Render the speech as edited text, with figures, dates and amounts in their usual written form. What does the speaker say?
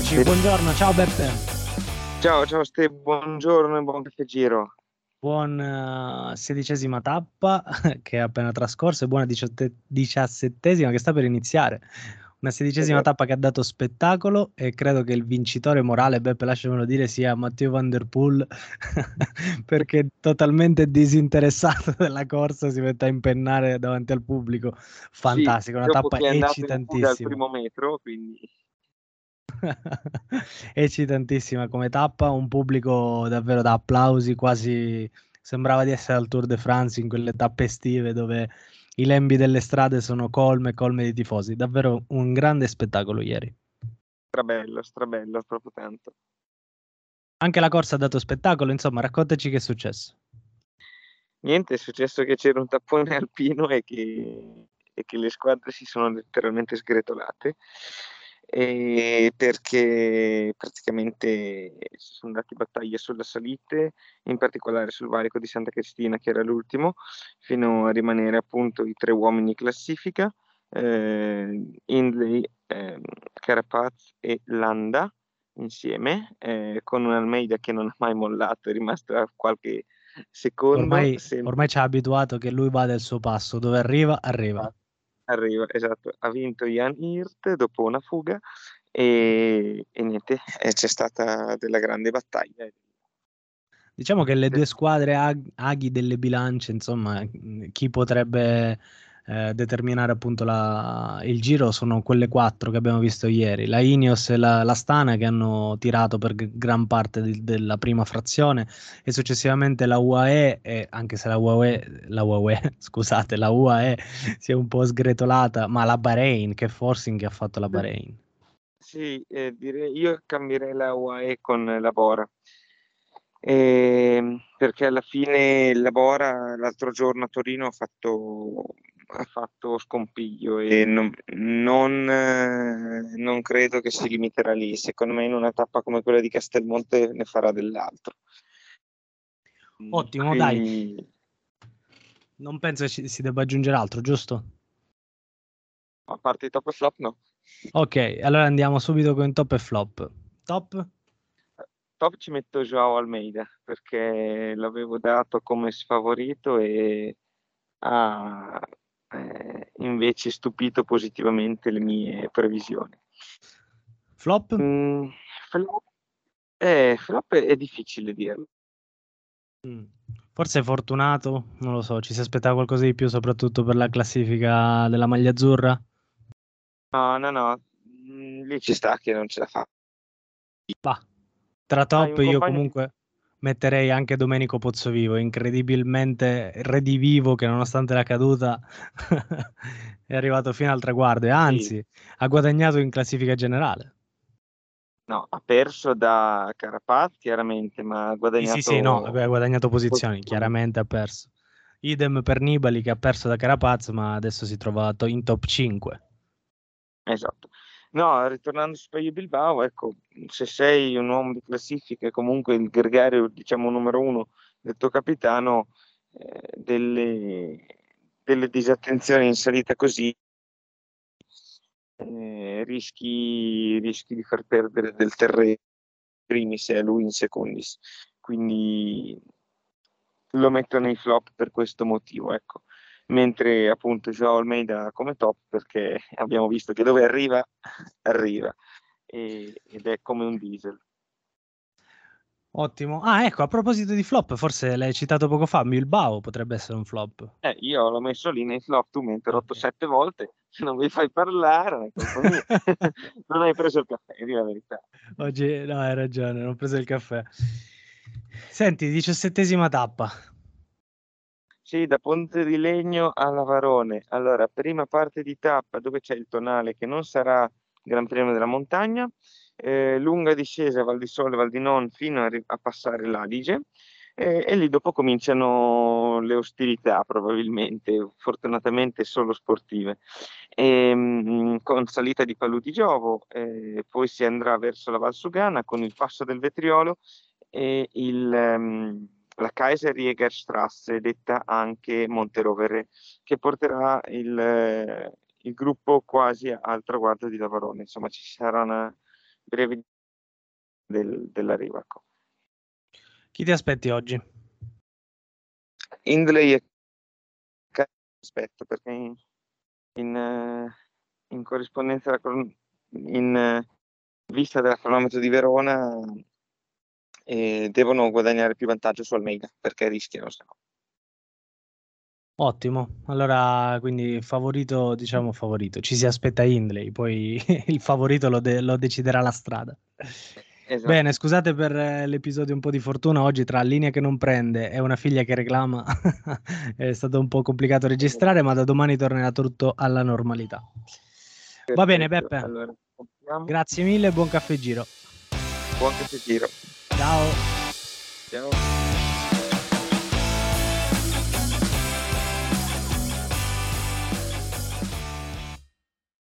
Eccoci, buongiorno, ciao Beppe. Ciao, ciao Ste, buongiorno e buon caffè giro. Buon 16ª tappa che è appena trascorsa e buona 17ª che sta per iniziare. Una 16ª Esatto. tappa che ha dato spettacolo e credo che il vincitore morale, Beppe, lasciamelo dire, sia Matteo Van Der Poel perché è totalmente disinteressato della corsa, si mette a impennare davanti al pubblico. Sì, Fantastico, una dopo tappa che è andato in fuga al eccitantissima. primo metro, quindi Eccitantissima come tappa, un pubblico davvero da applausi, quasi sembrava di essere al Tour de France in quelle tappe estive dove i lembi delle strade sono colme e colme di tifosi. Davvero un grande spettacolo ieri. strabello, proprio tanto. Anche la corsa ha dato spettacolo, insomma, raccontaci che è successo. Niente, è successo che c'era un tappone alpino e che le squadre si sono letteralmente sgretolate, perché praticamente si sono dati battaglie sulle salite, in particolare sul valico di Santa Cristina, che era l'ultimo, fino a rimanere appunto i tre uomini in classifica, Hindley, Carapaz e Landa insieme, con un Almeida che non ha mai mollato, è rimasto a qualche secondo, Ormai ci ha abituato che lui va del suo passo, dove arriva, arriva. arriva, esatto, ha vinto Jan Hirt dopo una fuga e niente, c'è stata della grande battaglia. Diciamo che le due squadre aghi delle bilance, insomma, chi potrebbe determinare appunto il giro sono quelle quattro che abbiamo visto ieri, la Ineos e la Astana che hanno tirato per gran parte della prima frazione e successivamente la UAE, e anche se la UAE, scusate, la UAE si è un po' sgretolata, ma la Bahrain, che forcing che ha fatto la Bahrain. Sì, direi io cambierei la UAE con la Bora. Perché alla fine la Bora l'altro giorno a Torino ha fatto scompiglio e non credo che si limiterà lì. Secondo me in una tappa come quella di Castelmonte ne farà dell'altro. Ottimo, dai, Quindi non penso che si debba aggiungere altro, giusto? a parte i top e flop, no. Ok, allora andiamo subito con top e flop. Top? Top ci metto Joao Almeida perché l'avevo dato come sfavorito e ha invece stupito positivamente le mie previsioni. Flop? Mm, flop, flop è difficile dirlo. Mm. Forse fortunato, non lo so, ci si aspettava qualcosa di più, soprattutto per la classifica della maglia azzurra. No, no, no, lì ci sta che non ce la fa. Bah, tra Hai top un io compagno di... comunque metterei anche Domenico Pozzovivo, incredibilmente redivivo che nonostante la caduta è arrivato fino al traguardo e Sì, anzi ha guadagnato in classifica generale. no, ha perso da Carapaz chiaramente, ma ha Sì, sì, sì, no, guadagnato ha guadagnato posizioni, posizioni. chiaramente ha perso. Idem per Nibali che ha perso da Carapaz, ma adesso si trova in top 5. Esatto. No, ritornando su Pello Bilbao, ecco, se sei un uomo di classifica e comunque il gregario, diciamo, numero uno del tuo capitano, delle disattenzioni in salita così, rischi di far perdere del terreno primis e a lui in secondis. Quindi lo metto nei flop per questo motivo, ecco. Mentre appunto Joao Almeida come top perché abbiamo visto che dove arriva, arriva ed è come un diesel. Ottimo. Ah, ecco, a proposito di flop, forse l'hai citato poco fa, Bilbao potrebbe essere un flop. Io l'ho messo lì nei flop, tu mi hai Ok. interrotto 7 volte, se non mi fai parlare, non è colpa mia. Non hai preso il caffè, di la verità. Oggi, no, hai ragione, non ho preso il caffè. Senti, 17ª tappa. Sì, da Ponte di Legno a Lavarone. Allora, prima parte di tappa dove c'è il tonale che non sarà Gran Premio della Montagna, lunga discesa Val di Sole, Val di Non fino a passare l'Adige e lì dopo cominciano le ostilità probabilmente, fortunatamente solo sportive. Con salita di Palù di Giovo, poi si andrà verso la Val Sugana con il passo del Vetriolo e la Kaiser-Jägerstrasse, detta anche Monterovere, che porterà il gruppo quasi al traguardo di Lavarone. Insomma, ci sarà una breve dell'arrivo. Ecco. Chi ti aspetti oggi? Hindley e aspetto, perché in corrispondenza in vista della cronometro di Verona devono guadagnare più vantaggio su Almeida, perché rischiano, se no. Ottimo, allora quindi favorito, diciamo favorito, ci si aspetta Hindley, poi il favorito lo deciderà la strada. Esatto. Bene, scusate per l'episodio un po' di fortuna, oggi tra linea che non prende e una figlia che reclama è stato un po' complicato registrare, ma da domani tornerà tutto alla normalità. Perfetto. Va bene Beppe, allora, grazie mille, buon caffè giro. Buon caffè giro. Ciao. Ciao.